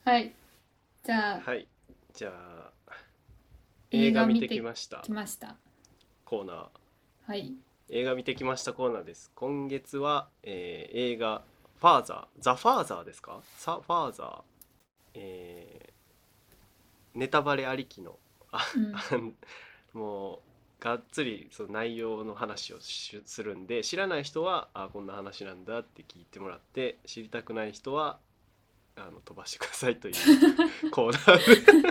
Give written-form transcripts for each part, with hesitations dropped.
はい。じゃあ、 はい。じゃあ、映映画見てき画見てましたきました。 コーナー。 はい。 映画見てきましたコーナーです。今月は、映画、ファーザー、ザ・ファーザーですかザ・ファーザー、えネタバレありきの、あ、 うん。 もう、がっつりその内容の話をするんで、知らない人は、こんな話なんだって聞いてもらって、知りたくない人は、飛ばしてくださいというコーナー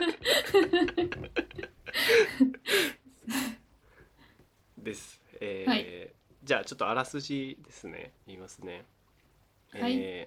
です。 はい。 じゃあちょっとあらすじですね。言いますね。 はい。 え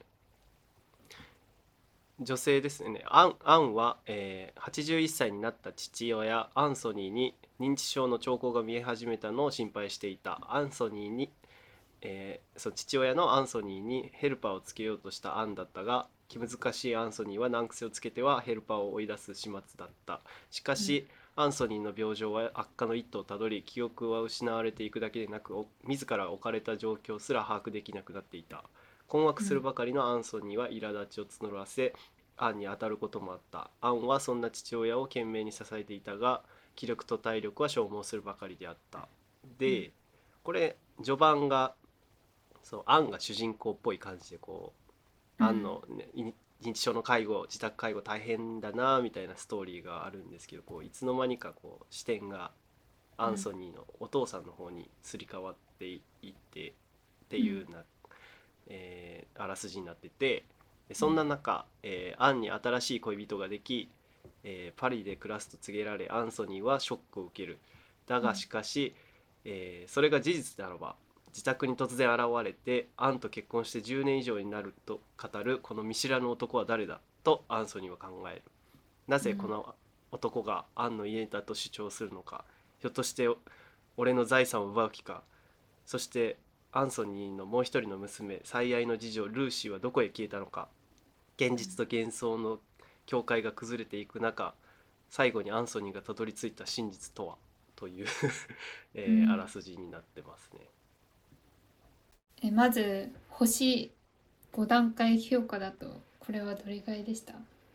女性ですね。アンは、81歳になった父親アンソニーに認知症の兆候が見え始めたのを心配していた。アンソニーに、そう父親のアンソニーにヘルパーをつけようとしたアンだったが、気難しいアンソニーは難癖をつけてはヘルパーを追い出す始末だった。しかうん。 しアンソニーの病状は悪化の一途をたどり、記憶は失われていくだけでなく、自ら置かれた状況すら把握できなくなっていた。困惑するうん。 ばかりのアンソニーは苛立ちを募らせ、アンに当たることもあった。アンはそんな父親を懸命に支えていたが、気力と体力は消耗するばかりであった。 うん。 で、これ序盤がそうアンが主人公っぽい感じでアンうん。 の、ね、認知症の介護、自宅介護大変だなみたいなストーリーがあるんですけど、いつの間にか視点がアンソニーのお父さんの方にすり替わっていってってうん。 いうあらすじになってて、そんうん。 な中、アンに新しい恋人ができ、パリで暮らすと告げられ、アンソニーはショックを受ける。だがしかし、それが事実であらば、自宅に突然現れてアンと結婚して10年以上になると語るこの見知らぬ男は誰だとアンソニーは考える。なうん。 ぜこの男がアンの家だと主張するのか。ひょっとして俺の財産を奪う気か。そしてアンソニーのもう一人の娘、最愛の次女ルーシーはどこへ消えたのか。現実と幻想の境界が崩れていく中、最後にアンソニーがたどり着いた真実とはというあらうん。 すじになってますね。 まず、星5段階評価だと、これはどれぐらいでした？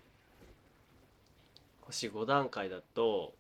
星5段階だと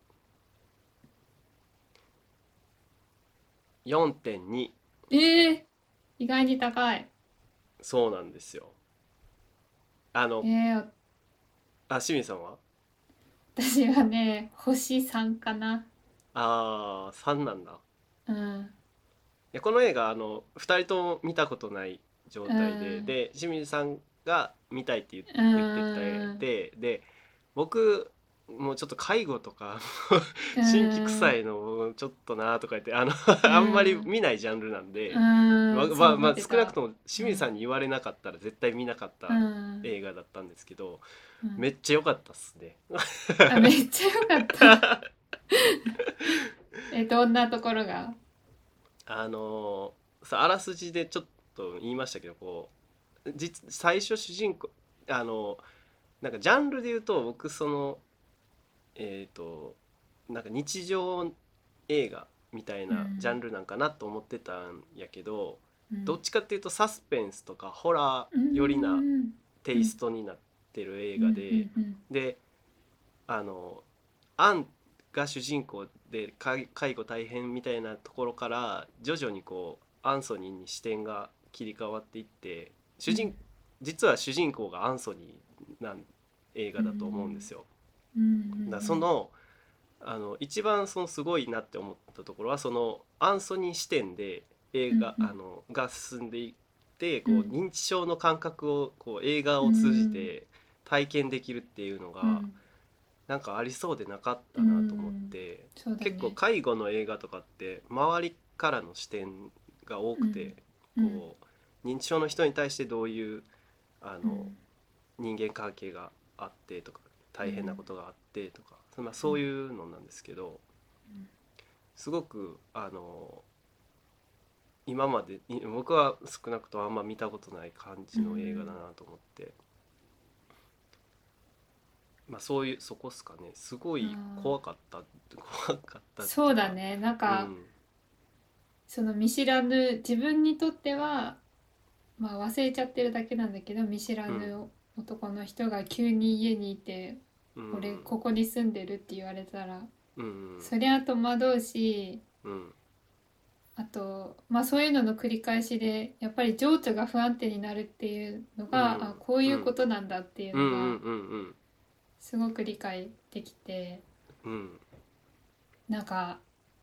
4.2。 ええー、意外に高い。 そうなんですよ。あのー、 清水さんは？ 私はね、星3かな。 3なんだ。 うん。 この映画2人とも見たことない状う態で、 ん。 清水さんが見たいってう言ってて、 ん。 で僕もうちょっと介護とかう新規臭ん。 いのちょっとなとか言ってうあんまりん。 見ないジャンルなんうで、 ん。そう思ってた。 少なくとも清水さんに言われなかったら絶対見なかっうたん。 映画だったんですけど、 うん。 めっちゃ良かったっすね。 あ、めっちゃ良かった。どんなところが？ あらすじでちょっと言いましたけど、最初主人公、あのなんかジャンルで言うと僕えっ、となんか日常映画みたいうん。 なジャンルなんかなと思ってたんやけど、 うん。 どっちかっていうとサスペンスとかホラうー寄りなん。 テイスうん。 トになってる映うん。 画で、 うん。 であのアンが主人公で介護大変みたいなところから徐々にアンソニーに視点が切り替わっていって、 うん。 実は主人公がアンソニーな映う画だと思うんでん。 すよ。 うん。うだからん。 一番すごいなって思ったところは、そのアンソニー視点で映画うん。 が進んでいって、 うん。 認知症の感覚を映画うを通じん。 て体験できるっていうのがうん。 なんかありそうでなかっうたなと思っん。 て。結構そうだね。 介護の映画とかって周りからの視点が多うん。 くて、 うん。 認知症の人に対してどういうあのうん。 人間関係があってとか大変なうん。 ことがあってとか、 うん。 そういうのなんですけど、すごく今まで僕は少なくともあんま見たことない感うじの映画だん。 なと思って、そういうそこっすかね。すごあいー、 怖かったっていうか、 そうだね。なんか、 うん、 その見知らぬ、自分にとっては、まあ忘れちゃってるだけなんだけど、見知らうん、 ぬ男の人が急に家にいてうん俺ここに住んでるって言われたらうんそりゃ戸惑うし、 うんあとまあそういうのの繰り返しでやっぱり情緒が不安定になるっていうのが、あ、 うんこういうこうんとなんだっていううんうんうのがんすごく理解できて、 うんなんか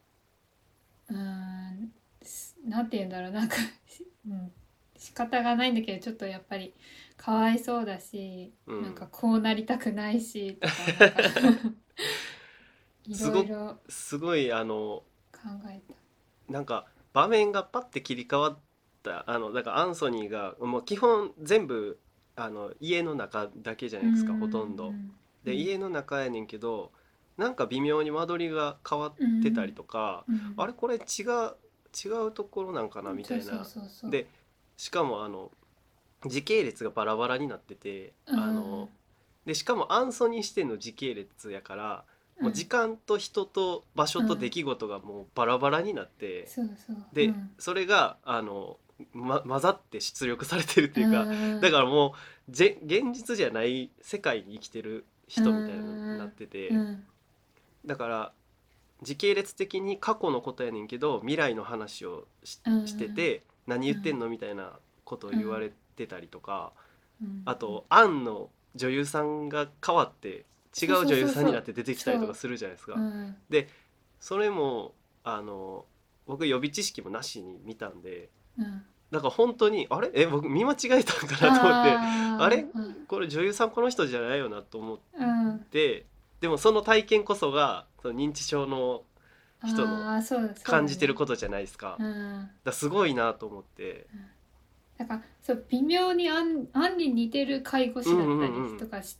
なんて言うんだろう、なんかうん、仕方がないんだけどちょっとやっぱりかわいそうだし、なんかうんこうなりたくないしとかなんかいすごろいろすごい考えた。 なんか場面がパッて切り替わっただからアンソニーがもう基本全部家の中だけじゃなうんういですかほとんどんで家の中やねんけどなんか微妙に間取りが変わってたりうんとかうんあれこれ違うところなんかなみたそうそういなそうそう。 でしかも時系列がバラバラになっててうんでしかもアンソニー視点の時系列やからもう時うん間と人と場所と出うん来事がもうバラバラになってそうそううでんそれが混ざって出力されてるってういうかだんからもう現実じゃない世界に生きてるう人みたいになっんててうんだから時系列的に過去のことやねんけど未来の話をしてうんて何言ってんのみたいなことを言われてたりとかあとアンの女優さんが変わって違う女優さんになって出てきたりとかするじゃないですか。 うんでそれも僕予備知識もなしに見たんでうんだから本当にあれ僕見間違えたんかなと思ってあれああこれ女優さんこの人じゃないよなと思っうんてでもその体験こそがその認知症の人のああそうだ感じてるね。 ことじゃないですか。だかうんらすごいなと思ってだからそう微妙にアンに似てる介護うん士だったうんうんりとかして、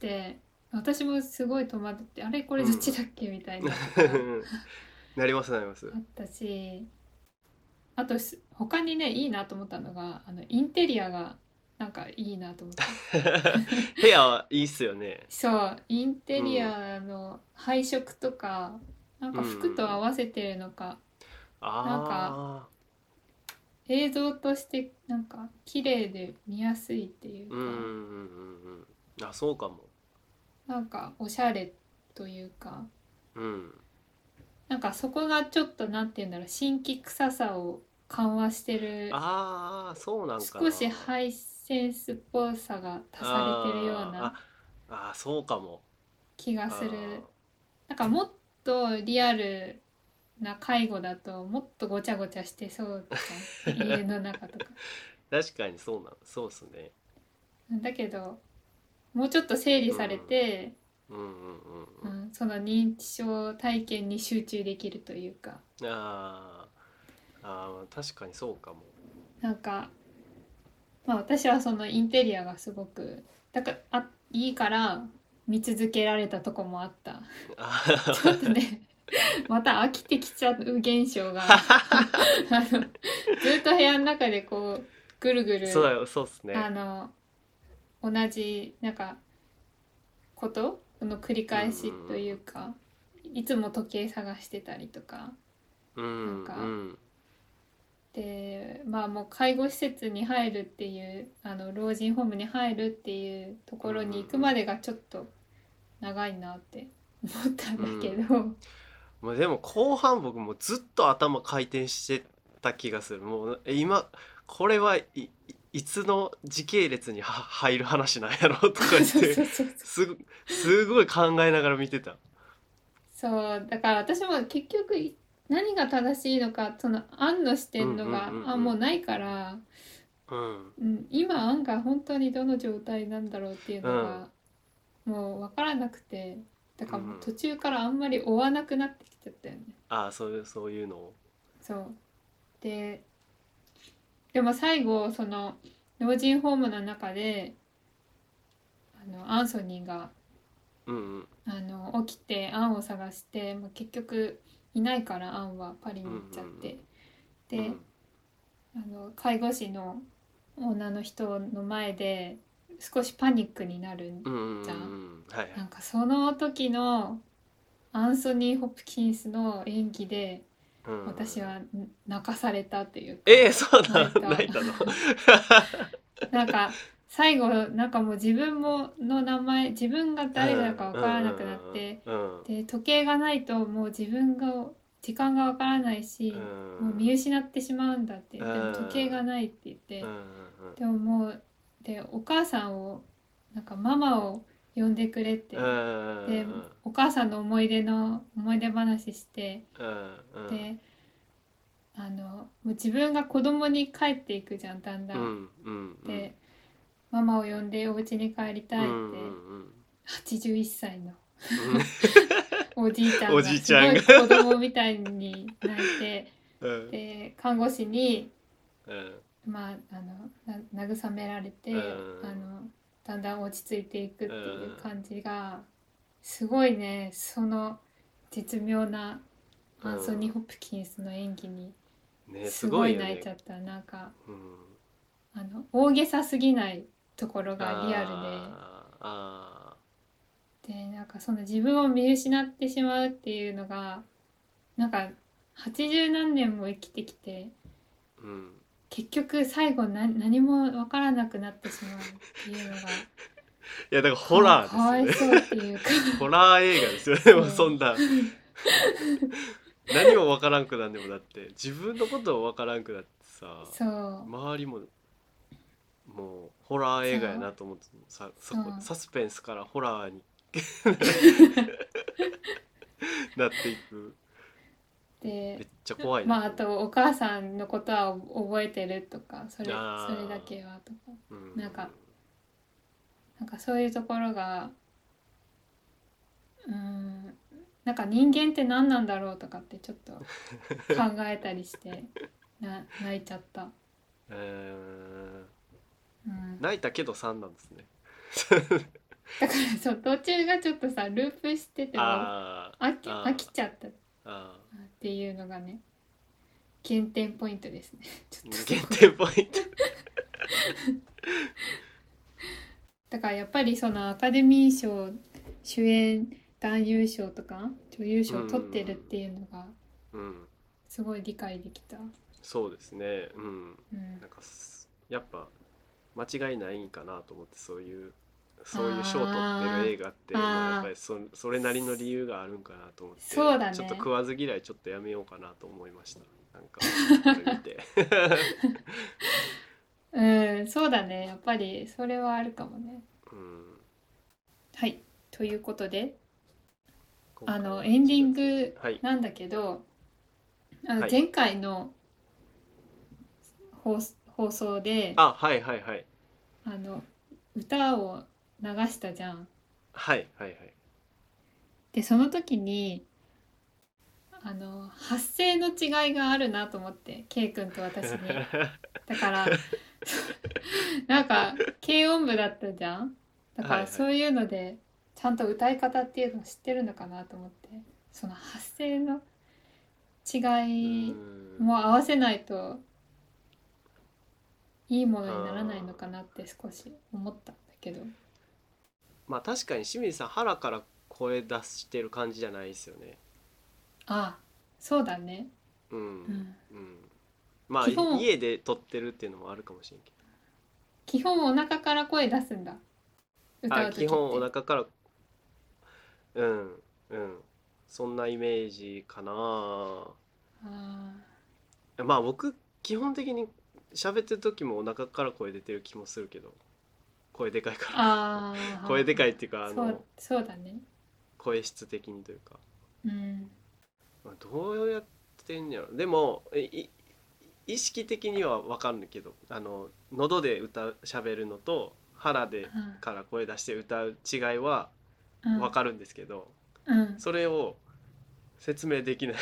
私もすごい戸惑ってあれこれどっうんちだっけみたいなとかなりますなりますあったし、あと他にねいいなと思ったのがインテリアがなんかいいなと思って。 部屋いいっすよね。 そうインテリうんアの配色とかなんうんうか服と合んわせてるのか、なんかあ映像としてなんか綺麗で見やすいっていうか、 うんうんうんうんあそうかもなんかおしゃれというか、 うんなんかそこがちょっとなんて言うんだろう、新規臭さを緩和してる、 ああそうなんかな少しハイセンスっぽさが足されてるようなそうかも気がすある。なんかもっとリアルな介護だともっとごちゃごちゃしてそうじゃん、家の中とか。 確かにそうっすねだけどもうちょっと整理されて、 うんうんうんその認知症体験に集中できるというか、 うん確かにそうかもなんかまあ私はそのインテリアがすごくだからいいから見続けられたとこもあった。 あちょっとねまた飽きてきちゃう現象がずっと部屋の中でこうぐるぐるそうっすねあの同じなんかことの繰り返しというか、いつも時計探してたりとか、 うんなんかうんでまあもう介護施設に入るっていう老人ホームに入るっていうところに行くまでがちょっと長いなって思ったんだけど、 まあでも後半僕もずっと頭回転してた気がするもう今これいつの時系列に入る話なんやろとか言っそうてそうそうすごい考えながら見てたそうだから私も結局何が正しいのかその案の視点のがもうないから、 うん今案が本当にどの状態なんだろうっていううんのがもう分からなくて、だからもううん途中からあんまり追わなくなってきちゃったよね。 そういうのをそうでも最後その老人ホームの中でアンソニーがうん起きてアンを探して、まあ、結局いないからアンはパリに行っちゃって、で介護士の女の人の前で少しパニックになるじゃん。 はいなんかその時のアンソニー・ホプキンスの演技で私は泣かされたっていうか、 そうだ泣いた泣いたのなんか最後なんかもう自分もの名前自分が誰だか分からなくなって、で時計がないともう自分が時間が分からないし、もう見失ってしまうんだって。でも時計がないって言って、でももうでお母さんをなんかママを呼んでくれって、でお母さんの思い出話して、でもう自分が子供に帰っていくじゃんだんだん。でママを呼んでお家に帰りたいって81歳のおじいちゃんおがすごじいちゃんがい子供みたいに泣いて、で看護師にまあ慰められて、だんだん落ち着いていくっていう感じがすごいね。その絶妙なアンソニー・ホプキンスの演技にね、すすごいごいよね。 泣いちゃった。なんか大げさすぎないところがリアルで、でなんかその自分を見失ってしまうっていうのがなんか80何年も生きてきて、結局最後何も分からなくなってしまうっていうのがいやだからホラーかですよね。 わいそうっていうかホラー映画ですよね。もうそそうんな何もわからんくなんでも、だって自分のことをわからんくなってさ、 そう周りももうホラー映画やそうなと思って、そこそうサスペンスからホラーになっていく。めでっちゃ怖いなまああと思う。 とお母さんのことは覚えてるとか、それだあけはとか、 ーうんなんかそういうところがなんか人間って何なんだろうとかってちょっと考えたりして泣いちゃった。うん、 泣いたけど3なんですね。 だからそう途中がちょっとさループしててもあ飽きちゃったっあていうのがね減点ポイントですね。ちょっとそ減こが点ポイント。 だからやっぱりそのアカデミー賞主演男優賞とか女優賞を取ってるっていうのがすごい理解できた。 そうですね。 うん、 なんかやっぱ間違いないんかなと思って、そういう賞を取ってるあ映画って、まあやっああぱりそれなりの理由があるんかなと思って、 そうだちょっとね。 食わず嫌いちょっとやめようかなと思いました。なんかこれ見て。 うんそうだね。やっぱりそれはあるかもね。 うん、 はい。ということで今回はエンディ 10 ン月。 グはいなんだけどはい。 前回の放放送ではいはいはいあの歌を流したじゃん。 はいはいはい。 でその時に発声の違いがあるなと思って、K 君と私に。だからなんか軽音部だったじゃん。だはいはい。 からそういうのでちゃんと歌い方っていうのを知ってるのかなと思って、その発声のうー違いん。 も合わせないといいものにならないのあかなって少し思ったんだけど。 まあ確かに清水さん腹から声出してる感じじゃないですよね。 ああそうだね。 うんうん、 うん。まあ基本家で撮ってるっていうのもあるかもしれんけ基本お腹から声出すんだ、 ど、 歌う基本お時って。 腹から、うんうん、そんなイメージかな。 あまあ僕基本的に喋ってる時もお腹から声出てる気もするけど、声でかいから。 あ声でかいっていうかそうだね。 声質的にというか、 うんまあどうやってんやろ。でも意識的には分かるんだけど、喉で喋るのと腹であから声出して歌う違いは分うんかるんですけど、 うんそれを説明できない。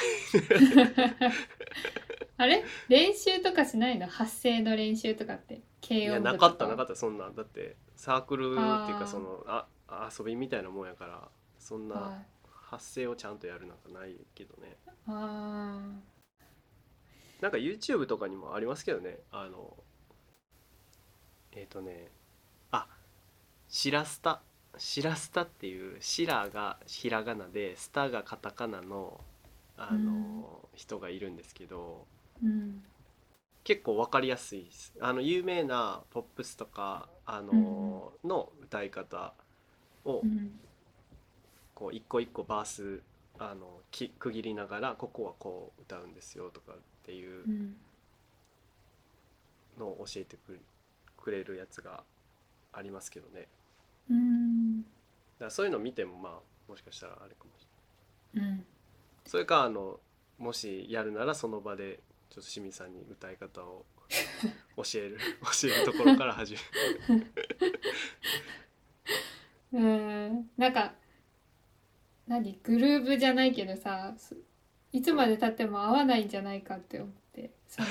あれ練習とかしないの？発声の練習とかって、 いや、 軽音な部とか。 かったなかった。そんなんだってサークルっていうか、 あ遊びみたいなもんやから、そんなあ発声をちゃんとやるなんかないけどね。 あなんか YouTube とかにもありますけどね。ね、あ、シラスタシラスタっていう、シラがひらがなでスタがカタカナのうん人がいるんですけど、 うん結構わかりやすいです。有名なポップスとかの歌い方をうんこう一個一個バース区切りながらここはこう歌うんですよとかっていううんのを教えてくれるやつがありますけどね。だかうんらそういうの見てもまあもしかしたらあれかもしれない。 うんそれかもしやるならその場でちょっと清水さんに歌い方を教える教えるところから始めなんかグルーブじゃないけどさ、いつる、うん、 まで経っても合わないんじゃないかって思って、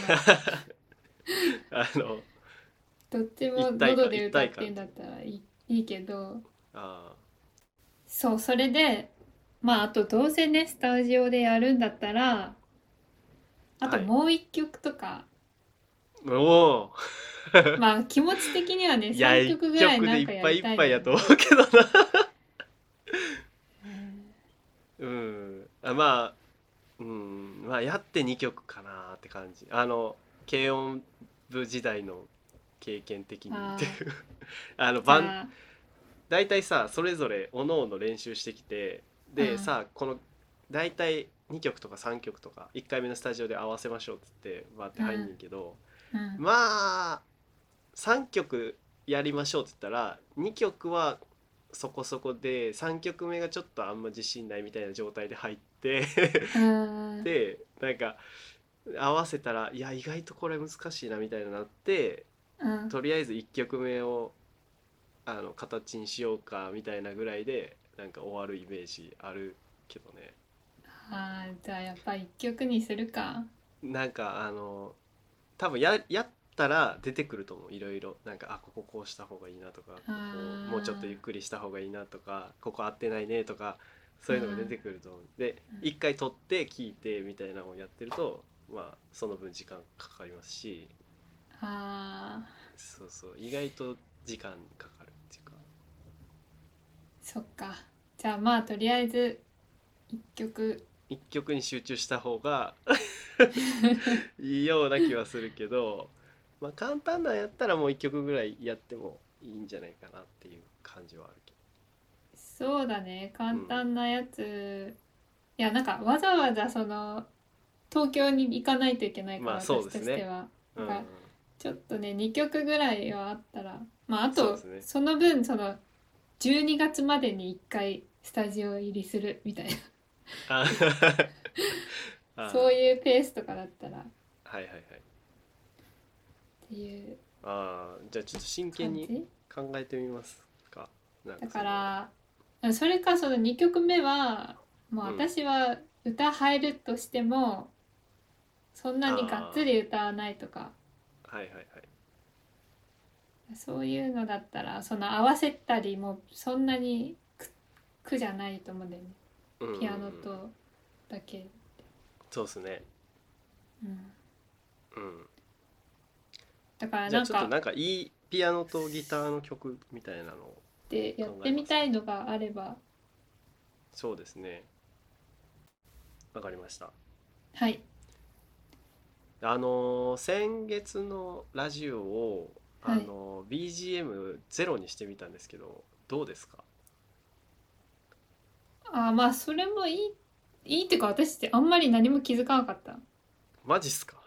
あのどっちも一体感喉で歌ってんだったらいいけど、 あそうそれで、まああとどうせねスタジオでやるんだったら、あとはいもう一曲とか、 おおまあ気持ち的にはねいや 3 一曲ぐらい曲でいっなんかやりぱいいっぱいたいのよね。 やと思うけどなうんうんまあまあやって2曲かなって感じ軽音部時代の経験的にっていあうじゃあ、 大体さそれぞれおのおの練習してきてでうんさこの大体2曲とか3曲とか1回目のスタジオで合わせましょうっつってバーって入んねんうんけどうんまあ3曲やりましょうって言ったら2曲はそこそこで3曲目がちょっとあんま自信ないみたいな状態で入ってうんでなんか合わせたらいや意外とこれ難しいなみたいになってうんとりあえず1曲目を形にしようかみたいなぐらいでなんか終わるイメージあるけどね。 じゃあやっぱ一曲にするか。 なんか多分やったら出てくると思う。いろいろなんかこここうした方がいいなとかここもうちょっとゆっくりした方がいいなとかここ合ってないねとかそういうのが出てくると思う。で一回撮って聞いてみたいなのをやってるとまあその分時間かかりますしあーそうそう意外と時間かかるっていうかそっか。じゃあまあとりあえず一曲。 一曲に集中した方がいいような気はするけど、まあ簡単なんやったらもう一曲ぐらいやってもいいんじゃないかなっていう感じはあるけそうだね、 ど。 簡単なやつ。いやわざわざ東京に行かないといけないから、 まあそう私ですね。 としては。 うん、 ちょっとね2曲ぐらいはあったら、まああとそうですね。 その分12月までに1回スタジオ入りするみたいなああそういうペースとかだったらっはいはいはい。 ていうじゃあちょっと真剣に感じ考えてみますか。なんだかから、それかその2曲目はもううん。 私は歌入るとしてもそんなにがっつあり歌わないとか、 はいはいはい。 そういうのだったら合わせたりもそんなに苦じゃないと思うんだよね。 うんうんうん。 ピアノとだけ。 そうですね。 うんうん。 だからじゃあちょっとなんかいいピアノとギターの曲みたいなのをでやっ考えますか。 てみたいのがあれば。 そうですね。わかりました。 はい。 先月のラジオをはい。 BGM ゼロにしてみたんですけどどうですか？ まあそれもいいっていうか、私ってあんまり何も気づかなかった。 マジっすか？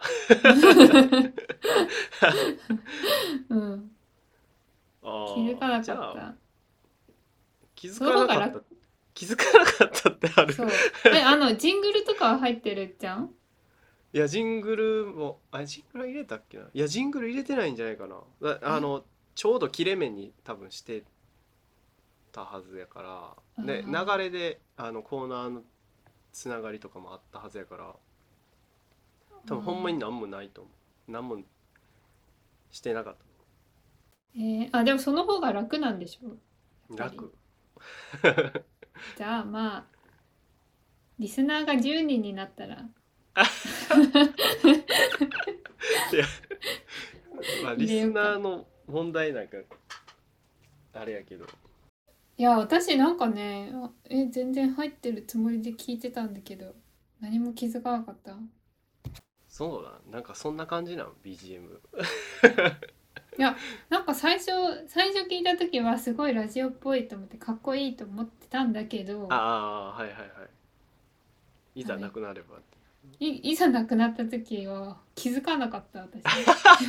うん。気づかなじゃあかった。 気づその方が楽。 かなかった気づかなかったってある？ そう。ジングルとかは入ってるじゃん。 いやジングルもジングル入れたっけな。いやジングル入れてないんじゃないかな。 えちょうど切れ目に多分してたはずやからで流あれでコーナーのつながりとかもあったはずやから多分ほんまにあ何もないと思う。何もしてなかっでもその方が楽なんでしょやっぱり。 た。楽。 じゃあまあリスナーが10人になったらいやまあリス入れようか。 ナーの問題なんかあれやけどいや私ね、全然入ってるつもりで聞いてたんだけど何も気づかなかった。 そうだなんかそんな感じなの BGM。 いや、なんか最初聞いた時はすごいラジオっぽいと思ってかっこいいと思ってたんだけあど、 あ、はいはいはい。いざなあれ、 くなれば。 いざ亡くなった時は気づかなかった私。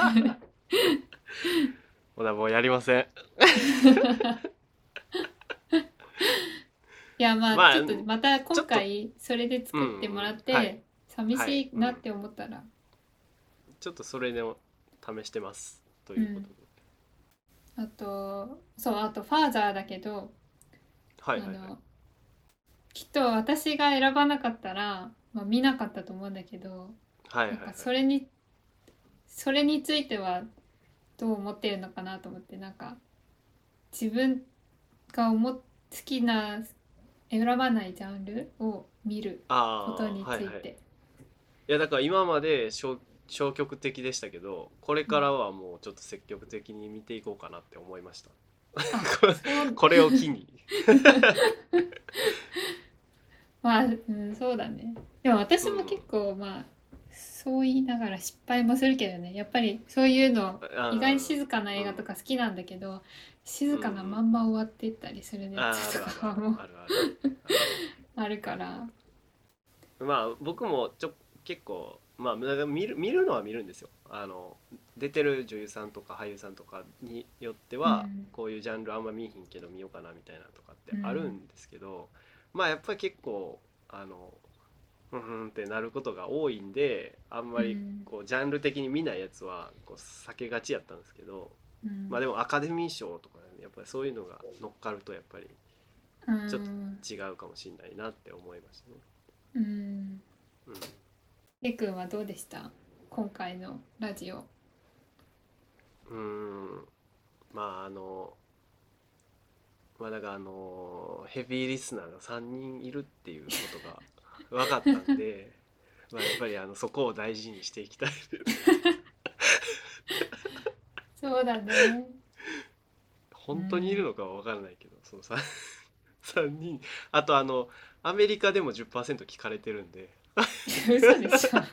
ほなもうやりません。 いや、まあまあちょっとまた今ちょっと、 回それでうんう作ってもらっん、はいて寂はい、 しいなって思ったら、 ちょっとそれでも試してますとうん。 いうことで。 あと、そう、あとファーザーだけど、 はいはいはい。 あの、きっと私が選ばなかったら、まあ、見なかったと思うんだけど、なんかはいはいはい。 それについてはどう思ってるのかなと思って、なんか自分が好きな選ばないジャンルを見ることああ、 にはいはい。 ついて。 いやだから今まで消極的でしたけど、これうん、 からはもうちょっと積極的に見ていこうかなって思いました。 あ、そう、 これを機に。 まあ、うん、そうだね。でも私もうん。 結構まあ、そう言いながら失敗もするけどね。やっぱりそういうの、意外にあ静かな映画とうん。 か好きなんだけど、 う静かなまんうん。 んま終わっていったりするやあつとるあるあるかもあるあるある。 あるから。 まあ僕も結構まあ見るのは見るんですよ。出てる女優さんとか俳優さんとかによってはうん、 こういうジャンルあんま見えひんけど見ようかなみたいなとかってあるうん、 んですけど、まあやっぱり結構あのふんふんってなることが多いんで、あんまりうん、 こうジャンル的に見ないやつはこう避けがちやったんですけど、 うん、 まあでもアカデミー賞とかね、やっぱりそういうのが乗っかるとやっぱりうちょっん、 と違うかもしれないなって思いましたね。 うん。 うん。 レくんはどうでした今回のラジオ？ うーん。まあまあだからヘビーリスナーが3人いるっていうことが分かったんで、まあやっぱりそこを大事にしていきたい。 そうだね。う本当にいるん。 のかは分からないけど、その3人。あとアメリカでも10%聞かれてるんで。 嘘でしょ。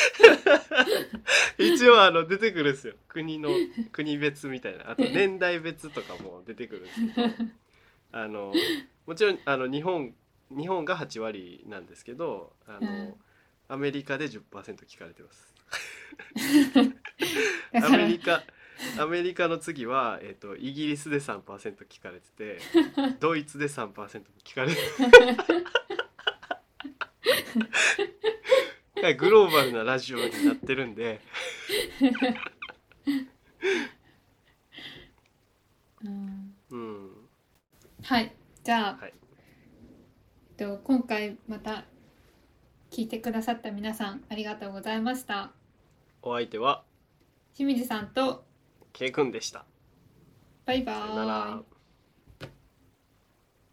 一応出てくるんですよ、国別みたいな、あと年代別とかも出てくるんですけど、もちろん日本が8割なんですけど、 うん。 アメリカで10%聞かれてます。アだから、 メリカアメリカの次は、イギリスで3%聞かれてて、ドイツで3%聞かれてグローバルなラジオになってるんで。 うん、 うん。 はい。じゃあ、 はい。 今回また聞いてくださった皆さんありがとうございました。 お相手は清水さんと、 K 君でした。 バイバさよなーイ。 ら。